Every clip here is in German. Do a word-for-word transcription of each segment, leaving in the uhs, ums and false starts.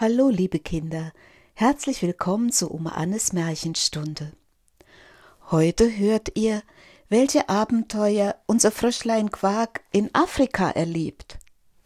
Hallo, liebe Kinder, herzlich willkommen zu Oma Annes Märchenstunde. Heute hört ihr, welche Abenteuer unser Fröschlein Quack in Afrika erlebt.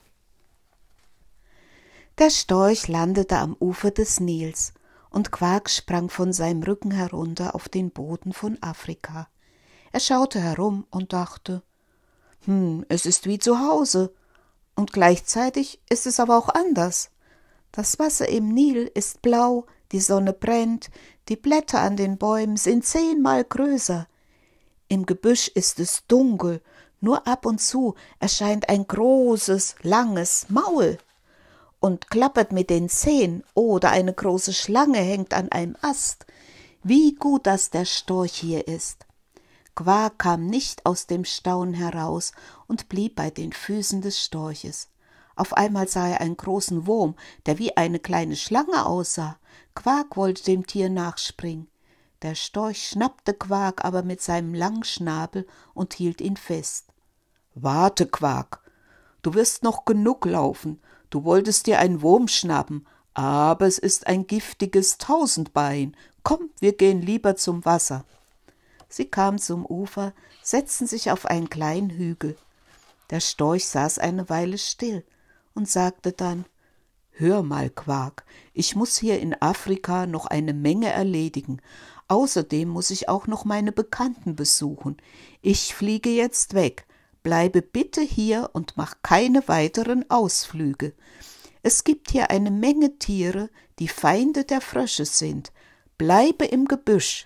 Der Storch landete am Ufer des Nils und Quack sprang von seinem Rücken herunter auf den Boden von Afrika. Er schaute herum und dachte, hm, es ist wie zu Hause und gleichzeitig ist es aber auch anders. Das Wasser im Nil ist blau, die Sonne brennt, die Blätter an den Bäumen sind zehnmal größer. Im Gebüsch ist es dunkel, nur ab und zu erscheint ein großes, langes Maul und klappert mit den Zähnen oder eine große Schlange hängt an einem Ast. Wie gut, dass der Storch hier ist. Quack kam nicht aus dem Staunen heraus und blieb bei den Füßen des Storches. Auf einmal sah er einen großen Wurm, der wie eine kleine Schlange aussah. Quack wollte dem Tier nachspringen. Der Storch schnappte Quack aber mit seinem langen Schnabel und hielt ihn fest. »Warte, Quack, du wirst noch genug laufen. Du wolltest dir einen Wurm schnappen, aber es ist ein giftiges Tausendbein. Komm, wir gehen lieber zum Wasser.« Sie kamen zum Ufer, setzten sich auf einen kleinen Hügel. Der Storch saß eine Weile still und sagte dann, »Hör mal, Quack, ich muss hier in Afrika noch eine Menge erledigen. Außerdem muss ich auch noch meine Bekannten besuchen. Ich fliege jetzt weg. Bleibe bitte hier und mach keine weiteren Ausflüge. Es gibt hier eine Menge Tiere, die Feinde der Frösche sind. Bleibe im Gebüsch.«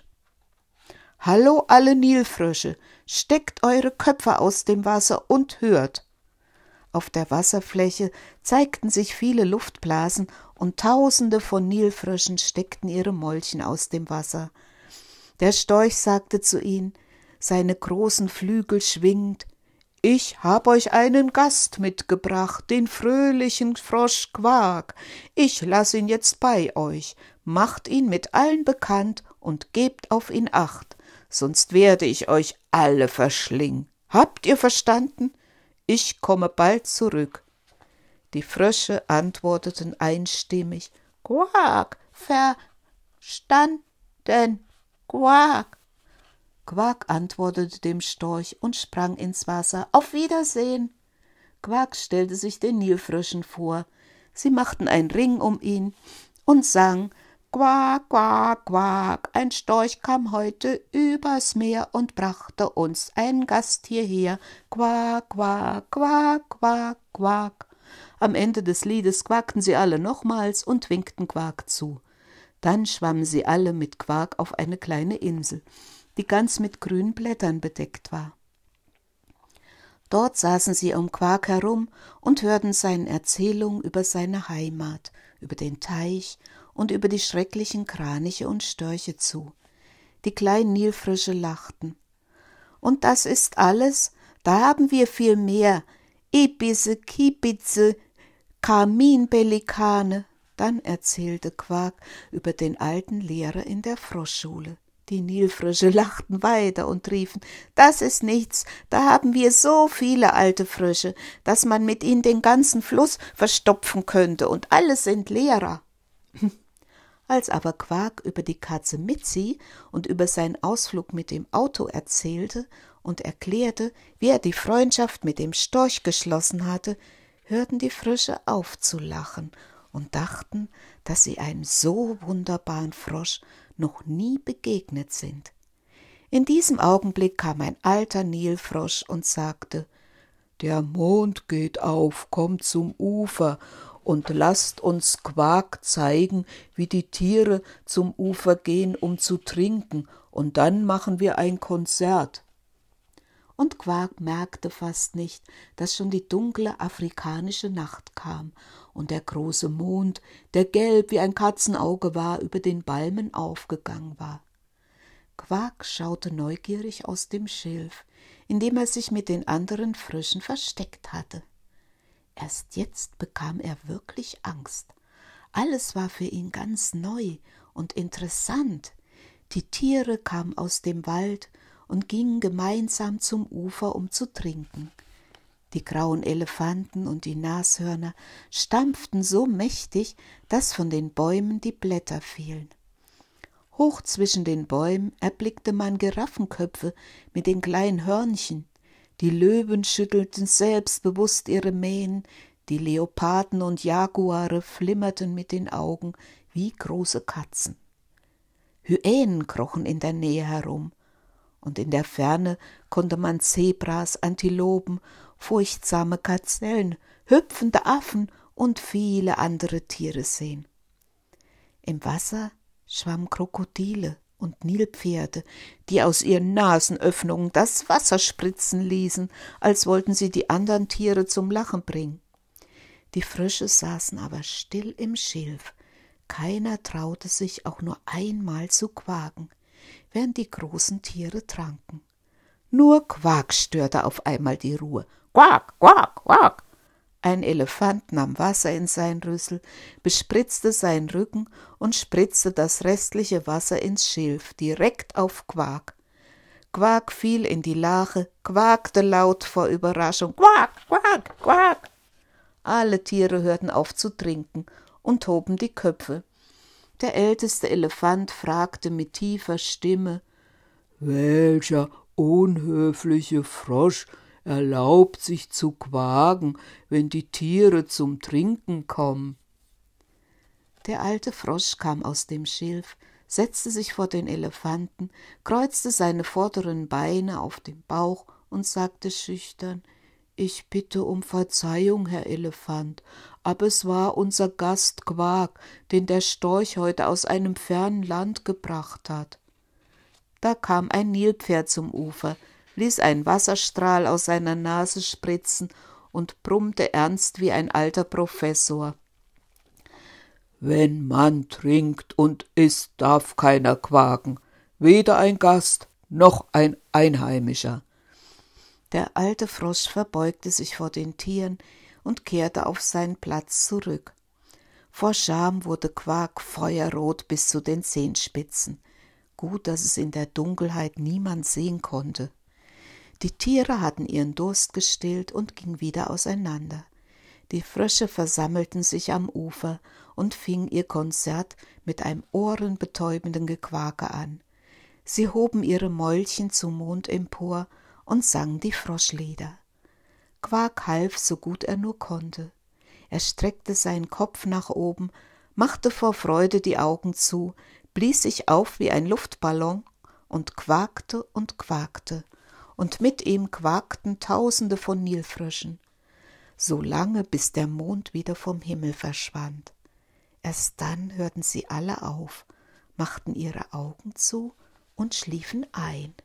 »Hallo alle Nilfrösche, steckt eure Köpfe aus dem Wasser und hört!« Auf der Wasserfläche zeigten sich viele Luftblasen und Tausende von Nilfröschen steckten ihre Mäulchen aus dem Wasser. Der Storch sagte zu ihnen, seine großen Flügel schwingend, »Ich hab euch einen Gast mitgebracht, den fröhlichen Frosch Quack. Ich lass ihn jetzt bei euch. Macht ihn mit allen bekannt und gebt auf ihn Acht, sonst werde ich euch alle verschlingen. Habt ihr verstanden? Ich komme bald zurück.« Die Frösche antworteten einstimmig, »Quack, verstanden, Quack.« Quack antwortete dem Storch und sprang ins Wasser. »Auf Wiedersehen!« Quack stellte sich den Nilfröschen vor. Sie machten einen Ring um ihn und sangen, »Quack, quack, quack, ein Storch kam heute übers Meer und brachte uns einen Gast hierher. Quack, quack, quack, quack, quack.« Am Ende des Liedes quakten sie alle nochmals und winkten Quack zu. Dann schwammen sie alle mit Quack auf eine kleine Insel, die ganz mit grünen Blättern bedeckt war. Dort saßen sie um Quack herum und hörten seinen Erzählungen über seine Heimat, über den Teich und über die schrecklichen Kraniche und Störche zu. Die kleinen Nilfrösche lachten. »Und das ist alles? Da haben wir viel mehr. Ibisse, Kiebitze, Kaminpelikane.« Dann erzählte Quack über den alten Lehrer in der Froschschule. Die Nilfrösche lachten weiter und riefen, »Das ist nichts, da haben wir so viele alte Frösche, dass man mit ihnen den ganzen Fluss verstopfen könnte und alle sind Lehrer.« Als aber Quack über die Katze Mitzi und über seinen Ausflug mit dem Auto erzählte und erklärte, wie er die Freundschaft mit dem Storch geschlossen hatte, hörten die Frösche auf zu lachen und dachten, dass sie einem so wunderbaren Frosch noch nie begegnet sind. In diesem Augenblick kam ein alter Nilfrosch und sagte, »Der Mond geht auf, kommt zum Ufer und lasst uns Quack zeigen, wie die Tiere zum Ufer gehen, um zu trinken, und dann machen wir ein Konzert.« Und Quack merkte fast nicht, dass schon die dunkle afrikanische Nacht kam und der große Mond, der gelb wie ein Katzenauge war, über den Balmen aufgegangen war. Quack schaute neugierig aus dem Schilf, in dem er sich mit den anderen Fröschen versteckt hatte. Erst jetzt bekam er wirklich Angst. Alles war für ihn ganz neu und interessant. Die Tiere kamen aus dem Wald und gingen gemeinsam zum Ufer, um zu trinken. Die grauen Elefanten und die Nashörner stampften so mächtig, dass von den Bäumen die Blätter fielen. Hoch zwischen den Bäumen erblickte man Giraffenköpfe mit den kleinen Hörnchen. Die Löwen schüttelten selbstbewusst ihre Mähnen, die Leoparden und Jaguare flimmerten mit den Augen wie große Katzen. Hyänen krochen in der Nähe herum, und in der Ferne konnte man Zebras, Antilopen, furchtsame Gazellen, hüpfende Affen und viele andere Tiere sehen. Im Wasser schwammen Krokodile und Nilpferde, die aus ihren Nasenöffnungen das Wasser spritzen ließen, als wollten sie die anderen Tiere zum Lachen bringen. Die Frösche saßen aber still im Schilf. Keiner traute sich auch nur einmal zu quaken, während die großen Tiere tranken. Nur Quak störte auf einmal die Ruhe. Quak, quak, quak! Ein Elefant nahm Wasser in sein Rüssel, bespritzte seinen Rücken und spritzte das restliche Wasser ins Schilf, direkt auf Quak. Quak fiel in die Lache, quakte laut vor Überraschung. Quak, quak, quak! Alle Tiere hörten auf zu trinken und hoben die Köpfe. Der älteste Elefant fragte mit tiefer Stimme: »Welcher unhöfliche Frosch erlaubt sich zu quaken, wenn die Tiere zum Trinken kommen?« Der alte Frosch kam aus dem Schilf, setzte sich vor den Elefanten, kreuzte seine vorderen Beine auf dem Bauch und sagte schüchtern: »Ich bitte um Verzeihung, Herr Elefant, aber es war unser Gast Quak, den der Storch heute aus einem fernen Land gebracht hat.« Da kam ein Nilpferd zum Ufer, ließ einen Wasserstrahl aus seiner Nase spritzen und brummte ernst wie ein alter Professor: »Wenn man trinkt und isst, darf keiner quaken, weder ein Gast noch ein Einheimischer.« Der alte Frosch verbeugte sich vor den Tieren und kehrte auf seinen Platz zurück. Vor Scham wurde Quak feuerrot bis zu den Zehenspitzen. Gut, dass es in der Dunkelheit niemand sehen konnte. Die Tiere hatten ihren Durst gestillt und gingen wieder auseinander. Die Frösche versammelten sich am Ufer und fingen ihr Konzert mit einem ohrenbetäubenden Gequake an. Sie hoben ihre Mäulchen zum Mond empor und sangen die Froschlieder. Quak half, so gut er nur konnte. Er streckte seinen Kopf nach oben, machte vor Freude die Augen zu, blies sich auf wie ein Luftballon und quakte und quakte, und mit ihm quakten Tausende von Nilfröschen, so lange, bis der Mond wieder vom Himmel verschwand. Erst dann hörten sie alle auf, machten ihre Augen zu und schliefen ein.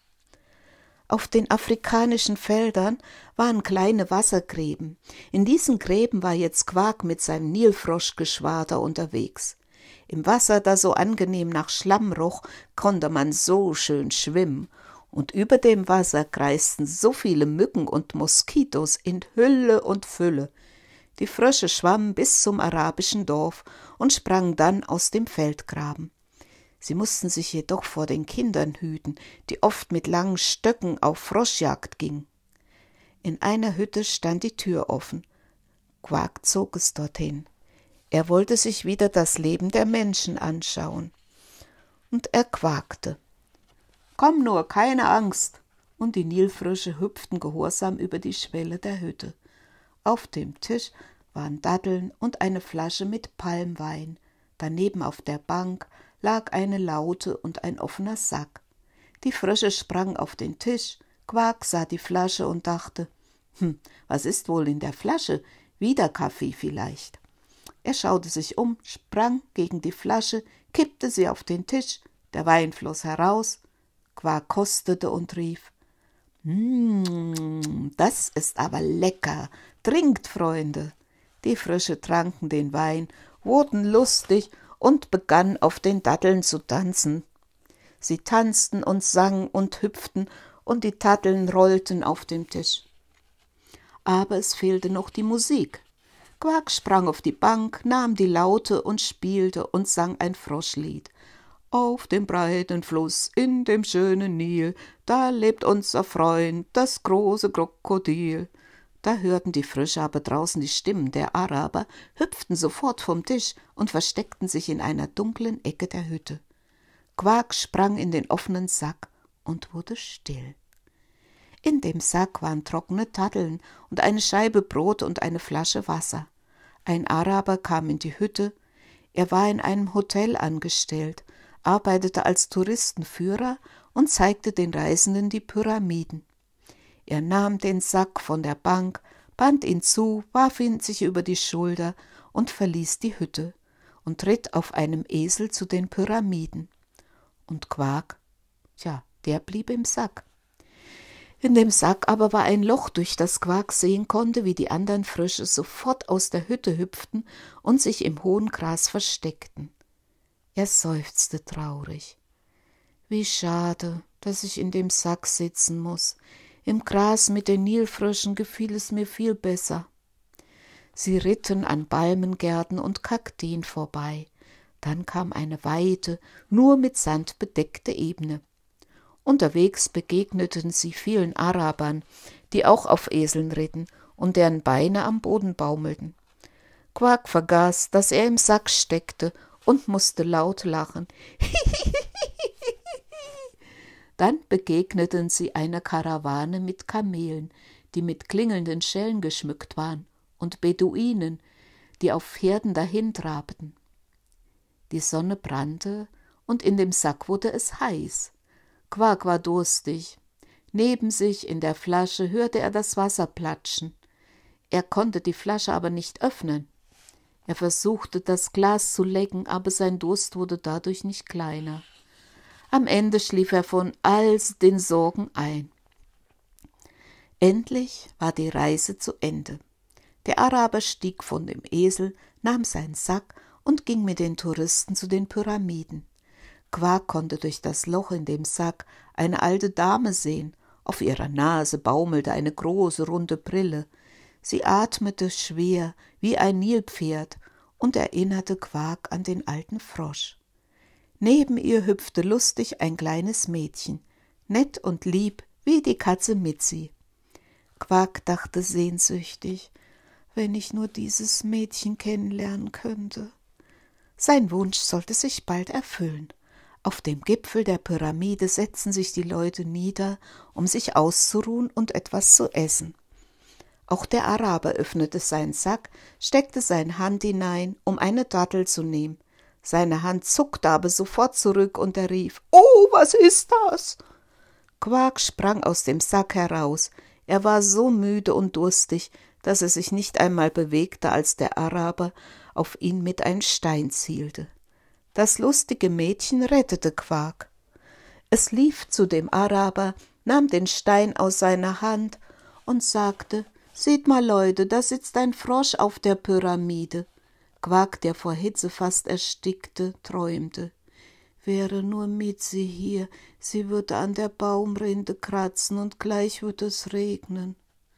Auf den afrikanischen Feldern waren kleine Wassergräben. In diesen Gräben war jetzt Quak mit seinem Nilfroschgeschwader unterwegs. Im Wasser, das so angenehm nach Schlamm roch, konnte man so schön schwimmen, und über dem Wasser kreisten so viele Mücken und Moskitos in Hülle und Fülle. Die Frösche schwammen bis zum arabischen Dorf und sprangen dann aus dem Feldgraben. Sie mussten sich jedoch vor den Kindern hüten, die oft mit langen Stöcken auf Froschjagd gingen. In einer Hütte stand die Tür offen. Quak zog es dorthin. Er wollte sich wieder das Leben der Menschen anschauen. Und er quakte: »Komm nur, keine Angst!« Und die Nilfrösche hüpften gehorsam über die Schwelle der Hütte. Auf dem Tisch waren Datteln und eine Flasche mit Palmwein. Daneben auf der Bank lag eine Laute und ein offener Sack. Die Frösche sprangen auf den Tisch. Quak sah die Flasche und dachte: »Hm, was ist wohl in der Flasche? Wieder Kaffee vielleicht.« Er schaute sich um, sprang gegen die Flasche, kippte sie auf den Tisch, der Wein floss heraus. Quak kostete und rief: »Mmm, das ist aber lecker! Trinkt, Freunde!« Die Frösche tranken den Wein, wurden lustig und begannen auf den Datteln zu tanzen. Sie tanzten und sangen und hüpften, und die Datteln rollten auf dem Tisch. Aber es fehlte noch die Musik. Quak sprang auf die Bank, nahm die Laute und spielte und sang ein Froschlied. »Auf dem breiten Fluss, in dem schönen Nil, da lebt unser Freund, das große Krokodil. Da hörten die Frösche aber draußen die Stimmen der Araber, hüpften sofort vom Tisch und versteckten sich in einer dunklen Ecke der Hütte. Quack sprang in den offenen Sack und wurde still. In dem Sack waren trockene Datteln und eine Scheibe Brot und eine Flasche Wasser. Ein Araber kam in die Hütte. Er war in einem Hotel angestellt, arbeitete als Touristenführer und zeigte den Reisenden die Pyramiden. Er nahm den Sack von der Bank, band ihn zu, warf ihn sich über die Schulter und verließ die Hütte und ritt auf einem Esel zu den Pyramiden. Und Quack, tja, der blieb im Sack. In dem Sack aber war ein Loch, durch das Quack sehen konnte, wie die anderen Frösche sofort aus der Hütte hüpften und sich im hohen Gras versteckten. Er seufzte traurig. Wie schade, dass ich in dem Sack sitzen muss. Im Gras mit den Nilfröschen gefiel es mir viel besser. Sie ritten an Balmengärten und Kakteen vorbei. Dann kam eine weite, nur mit Sand bedeckte Ebene. Unterwegs begegneten sie vielen Arabern, die auch auf Eseln ritten und deren Beine am Boden baumelten. Quack vergaß, dass er im Sack steckte und musste laut lachen. Dann begegneten sie einer Karawane mit Kamelen, die mit klingelnden Schellen geschmückt waren, und Beduinen, die auf Pferden dahintrabten. Die Sonne brannte und in dem Sack wurde es heiß. Quack war durstig. Neben sich in der Flasche hörte er das Wasser platschen. Er konnte die Flasche aber nicht öffnen. Er versuchte, das Glas zu lecken, aber sein Durst wurde dadurch nicht kleiner. Am Ende schlief er von all den Sorgen ein. Endlich war die Reise zu Ende. Der Araber stieg von dem Esel, nahm seinen Sack und ging mit den Touristen zu den Pyramiden. Quack konnte durch das Loch in dem Sack eine alte Dame sehen. Auf ihrer Nase baumelte eine große, runde Brille. Sie atmete schwer wie ein Nilpferd und erinnerte Quack an den alten Frosch. Neben ihr hüpfte lustig ein kleines Mädchen, nett und lieb wie die Katze Mitzi. Quack dachte sehnsüchtig, wenn ich nur dieses Mädchen kennenlernen könnte. Sein Wunsch sollte sich bald erfüllen. Auf dem Gipfel der Pyramide setzten sich die Leute nieder, um sich auszuruhen und etwas zu essen. Auch der Araber öffnete seinen Sack, steckte seine Hand hinein, um eine Dattel zu nehmen. Seine Hand zuckte aber sofort zurück und er rief, »Oh, was ist das?« Quack sprang aus dem Sack heraus. Er war so müde und durstig, dass er sich nicht einmal bewegte, als der Araber auf ihn mit einem Stein zielte. Das lustige Mädchen rettete Quack. Es lief zu dem Araber, nahm den Stein aus seiner Hand und sagte, »Seht mal, Leute, da sitzt ein Frosch auf der Pyramide.« Quack, der vor Hitze fast erstickte, träumte. »Wäre nur Mitzi hier, sie würde an der Baumrinde kratzen und gleich würde es regnen.«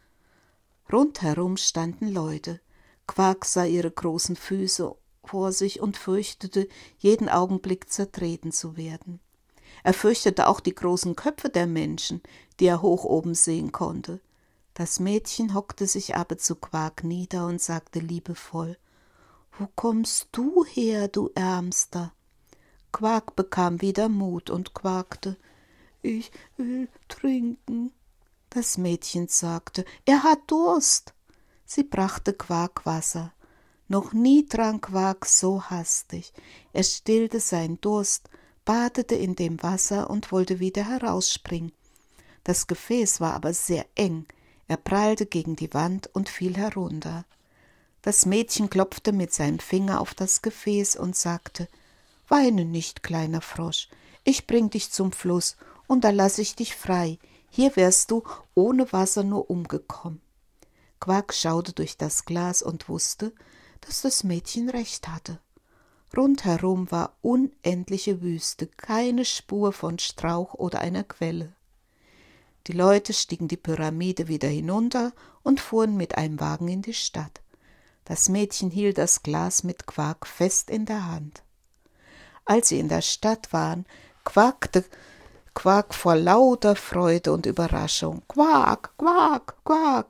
Rundherum standen Leute. Quack sah ihre großen Füße vor sich und fürchtete, jeden Augenblick zertreten zu werden. Er fürchtete auch die großen Köpfe der Menschen, die er hoch oben sehen konnte. Das Mädchen hockte sich aber zu Quack nieder und sagte liebevoll, »Wo kommst du her, du Ärmster?« Quack bekam wieder Mut und quakte, »Ich will trinken.« Das Mädchen sagte, »Er hat Durst.« Sie brachte Quack Wasser. Noch nie trank Quack so hastig. Er stillte seinen Durst, badete in dem Wasser und wollte wieder herausspringen. Das Gefäß war aber sehr eng. Er prallte gegen die Wand und fiel herunter. Das Mädchen klopfte mit seinem Finger auf das Gefäß und sagte, »Weine nicht, kleiner Frosch, ich bring dich zum Fluss und da lass ich dich frei. Hier wärst du ohne Wasser nur umgekommen.« Quack schaute durch das Glas und wusste, dass das Mädchen recht hatte. Rundherum war unendliche Wüste, keine Spur von Strauch oder einer Quelle. Die Leute stiegen die Pyramide wieder hinunter und fuhren mit einem Wagen in die Stadt. Das Mädchen hielt das Glas mit Quack fest in der Hand. Als sie in der Stadt waren, quakte Quack vor lauter Freude und Überraschung. »Quack, Quack, Quack!«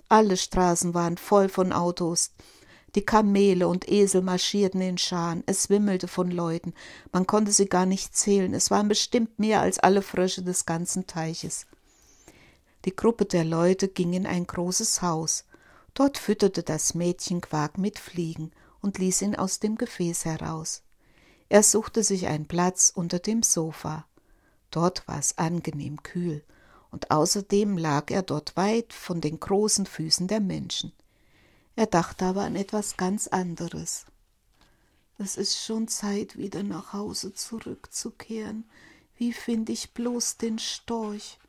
Alle Straßen waren voll von Autos. Die Kamele und Esel marschierten in Scharen, es wimmelte von Leuten, man konnte sie gar nicht zählen, es waren bestimmt mehr als alle Frösche des ganzen Teiches. Die Gruppe der Leute ging in ein großes Haus. Dort fütterte das Mädchen Quark mit Fliegen und ließ ihn aus dem Gefäß heraus. Er suchte sich einen Platz unter dem Sofa. Dort war es angenehm kühl, und außerdem lag er dort weit von den großen Füßen der Menschen. Er dachte aber an etwas ganz anderes. Es ist schon Zeit, wieder nach Hause zurückzukehren. Wie finde ich bloß den Storch?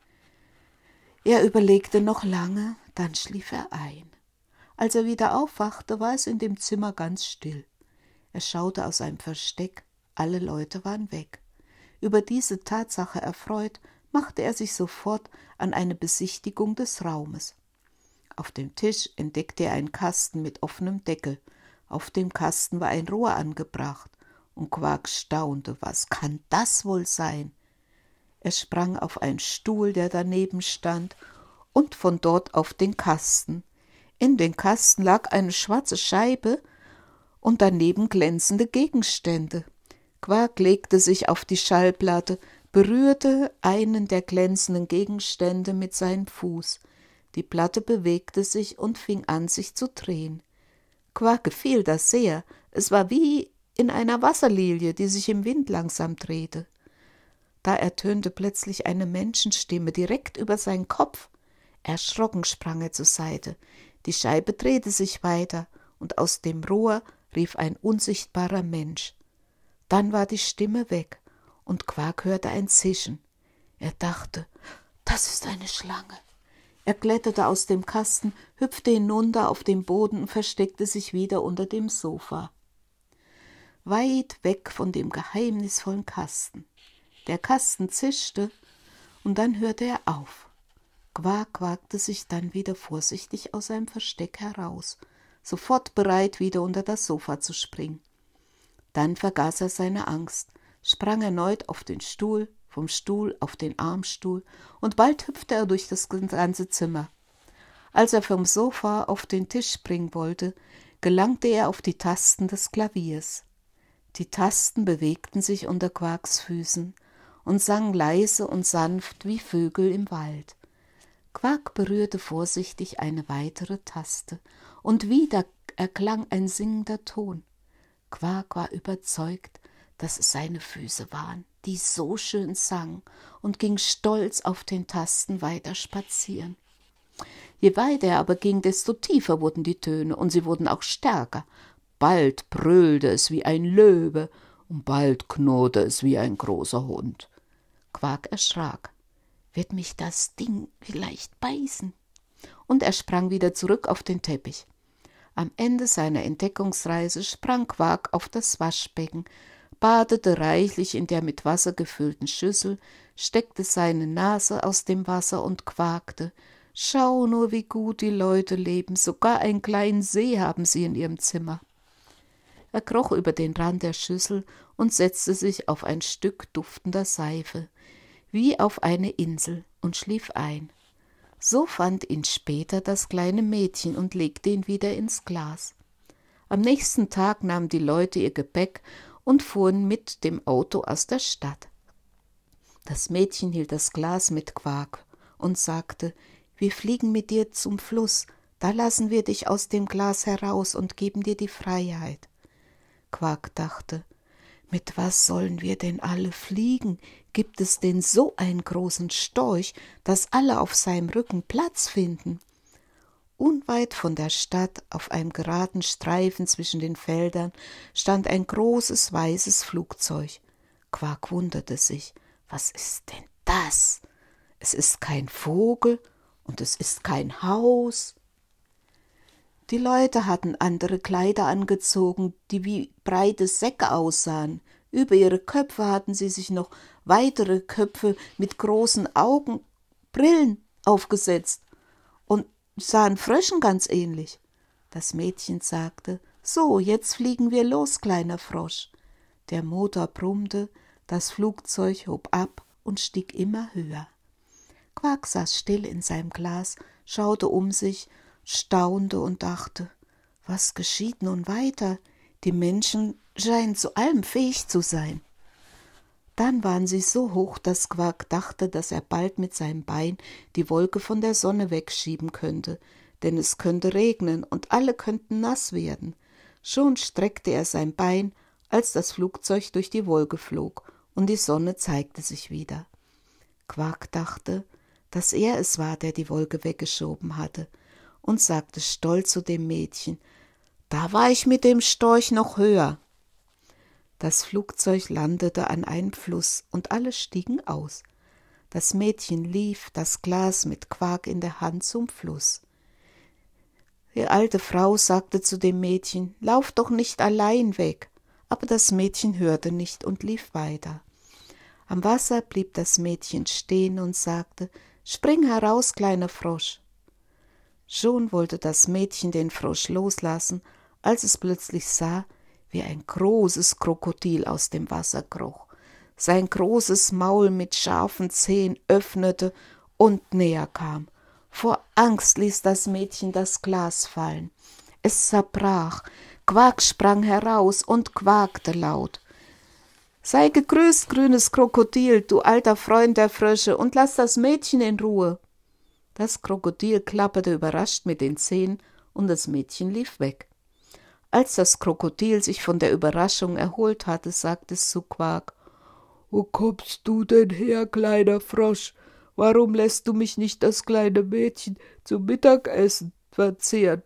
Er überlegte noch lange, dann schlief er ein. Als er wieder aufwachte, war es in dem Zimmer ganz still. Er schaute aus seinem Versteck, alle Leute waren weg. Über diese Tatsache erfreut, machte er sich sofort an eine Besichtigung des Raumes. Auf dem Tisch entdeckte er einen Kasten mit offenem Deckel. Auf dem Kasten war ein Rohr angebracht, und Quark staunte, was kann das wohl sein? Er sprang auf einen Stuhl, der daneben stand, und von dort auf den Kasten. In den Kasten lag eine schwarze Scheibe und daneben glänzende Gegenstände. Quark legte sich auf die Schallplatte, berührte einen der glänzenden Gegenstände mit seinem Fuß. Die Platte bewegte sich und fing an, sich zu drehen. Quark gefiel das sehr. Es war wie in einer Wasserlilie, die sich im Wind langsam drehte. Da ertönte plötzlich eine Menschenstimme direkt über seinen Kopf. Erschrocken sprang er zur Seite. Die Scheibe drehte sich weiter, und aus dem Rohr rief ein unsichtbarer Mensch. Dann war die Stimme weg, und Quark hörte ein Zischen. Er dachte, das ist eine Schlange. Er kletterte aus dem Kasten, hüpfte hinunter auf den Boden und versteckte sich wieder unter dem Sofa. Weit weg von dem geheimnisvollen Kasten. Der Kasten zischte, und dann hörte er auf. Quark wagte sich dann wieder vorsichtig aus seinem Versteck heraus, sofort bereit, wieder unter das Sofa zu springen. Dann vergaß er seine Angst, sprang erneut auf den Stuhl, vom Stuhl auf den Armstuhl, und bald hüpfte er durch das ganze Zimmer. Als er vom Sofa auf den Tisch springen wollte, gelangte er auf die Tasten des Klaviers. Die Tasten bewegten sich unter Quarks Füßen und sangen leise und sanft wie Vögel im Wald. Quark berührte vorsichtig eine weitere Taste, und wieder erklang ein singender Ton. Quark war überzeugt, dass es seine Füße waren, die so schön sangen, und ging stolz auf den Tasten weiter spazieren. Je weiter er aber ging, desto tiefer wurden die Töne, und sie wurden auch stärker. Bald brüllte es wie ein Löwe, und bald knurrte es wie ein großer Hund. Quark erschrak. Wird mich das Ding vielleicht beißen? Und er sprang wieder zurück auf den Teppich. Am Ende seiner Entdeckungsreise sprang Quark auf das Waschbecken, badete reichlich in der mit Wasser gefüllten Schüssel, steckte seine Nase aus dem Wasser und quakte: »Schau nur, wie gut die Leute leben, sogar einen kleinen See haben sie in ihrem Zimmer.« Er kroch über den Rand der Schüssel und setzte sich auf ein Stück duftender Seife, wie auf eine Insel, und schlief ein. So fand ihn später das kleine Mädchen und legte ihn wieder ins Glas. Am nächsten Tag nahmen die Leute ihr Gepäck und fuhren mit dem Auto aus der Stadt. Das Mädchen hielt das Glas mit Quark und sagte: »Wir fliegen mit dir zum Fluss, da lassen wir dich aus dem Glas heraus und geben dir die Freiheit.« Quark dachte: »Mit was sollen wir denn alle fliegen? Gibt es denn so einen großen Storch, dass alle auf seinem Rücken Platz finden?« Unweit von der Stadt, auf einem geraden Streifen zwischen den Feldern, stand ein großes weißes Flugzeug. Quark wunderte sich: »Was ist denn das? Es ist kein Vogel und es ist kein Haus.« Die Leute hatten andere Kleider angezogen, die wie breite Säcke aussahen. Über ihre Köpfe hatten sie sich noch weitere Köpfe mit großen Augen, Brillen aufgesetzt und sahen Fröschen ganz ähnlich. Das Mädchen sagte: »So, jetzt fliegen wir los, kleiner Frosch.« Der Motor brummte, das Flugzeug hob ab und stieg immer höher. Quark saß still in seinem Glas, schaute um sich staunte und dachte, was geschieht nun weiter? Die Menschen scheinen zu allem fähig zu sein. Dann waren sie so hoch, dass Quack dachte, dass er bald mit seinem Bein die Wolke von der Sonne wegschieben könnte, denn es könnte regnen und alle könnten nass werden. Schon streckte er sein Bein, als das Flugzeug durch die Wolke flog und die Sonne zeigte sich wieder. Quack dachte, dass er es war, der die Wolke weggeschoben hatte, und sagte stolz zu dem Mädchen, »Da war ich mit dem Storch noch höher.« Das Flugzeug landete an einem Fluss und alle stiegen aus. Das Mädchen lief, das Glas mit Quack in der Hand, zum Fluss. Die alte Frau sagte zu dem Mädchen, »Lauf doch nicht allein weg.« Aber das Mädchen hörte nicht und lief weiter. Am Wasser blieb das Mädchen stehen und sagte, »Spring heraus, kleiner Frosch.« Schon wollte das Mädchen den Frosch loslassen, als es plötzlich sah, wie ein großes Krokodil aus dem Wasser kroch, sein großes Maul mit scharfen Zähnen öffnete und näher kam. Vor Angst ließ das Mädchen das Glas fallen. Es zerbrach, Quack sprang heraus und quakte laut. »Sei gegrüßt, grünes Krokodil, du alter Freund der Frösche, und lass das Mädchen in Ruhe.« Das Krokodil klapperte überrascht mit den Zähnen und das Mädchen lief weg. Als das Krokodil sich von der Überraschung erholt hatte, sagte es zu Quack, »Wo kommst du denn her, kleiner Frosch? Warum lässt du mich nicht das kleine Mädchen zum Mittagessen verzehren?«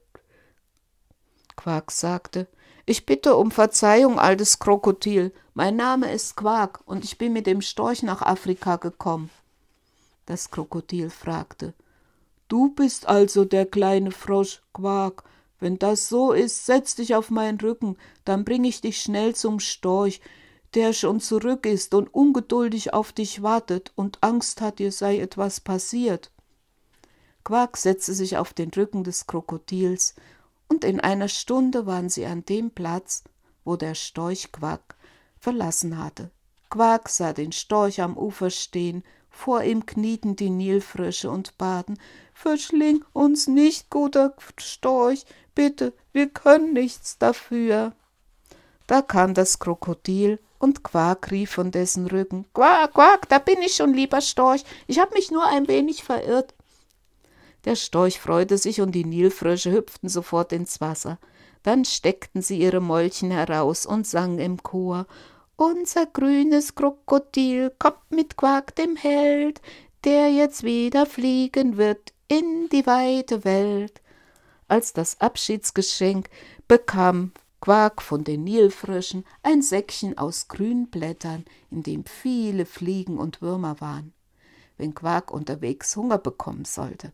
Quack sagte, »Ich bitte um Verzeihung, altes Krokodil. Mein Name ist Quack und ich bin mit dem Storch nach Afrika gekommen.« Das Krokodil fragte, »Du bist also der kleine Frosch, Quack. Wenn das so ist, setz dich auf meinen Rücken, dann bring ich dich schnell zum Storch, der schon zurück ist und ungeduldig auf dich wartet und Angst hat, dir sei etwas passiert.« Quack setzte sich auf den Rücken des Krokodils, und in einer Stunde waren sie an dem Platz, wo der Storch Quack verlassen hatte. Quack sah den Storch am Ufer stehen, vor ihm knieten die Nilfrösche und baten, »Verschling uns nicht, guter Storch, bitte, wir können nichts dafür.« Da kam das Krokodil, und Quack rief von dessen Rücken, »Quack, Quack, da bin ich schon, lieber Storch, ich habe mich nur ein wenig verirrt.« Der Storch freute sich und die Nilfrösche hüpften sofort ins Wasser. Dann steckten sie ihre Mäulchen heraus und sangen im Chor, »Unser grünes Krokodil kommt mit Quack dem Held, der jetzt wieder fliegen wird in die weite Welt.« Als das Abschiedsgeschenk bekam Quack von den Nilfröschen ein Säckchen aus grünen Blättern, in dem viele Fliegen und Würmer waren, wenn Quack unterwegs Hunger bekommen sollte.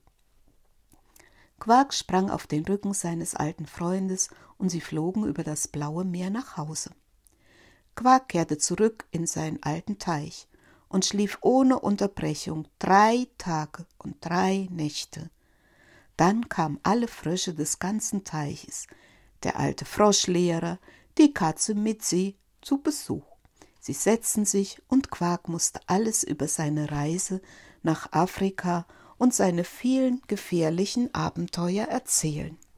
Quack sprang auf den Rücken seines alten Freundes und sie flogen über das blaue Meer nach Hause. Quack kehrte zurück in seinen alten Teich und schlief ohne Unterbrechung drei Tage und drei Nächte. Dann kamen alle Frösche des ganzen Teiches, der alte Froschlehrer, die Katze Mitzi, zu Besuch. Sie setzten sich und Quack musste alles über seine Reise nach Afrika und seine vielen gefährlichen Abenteuer erzählen.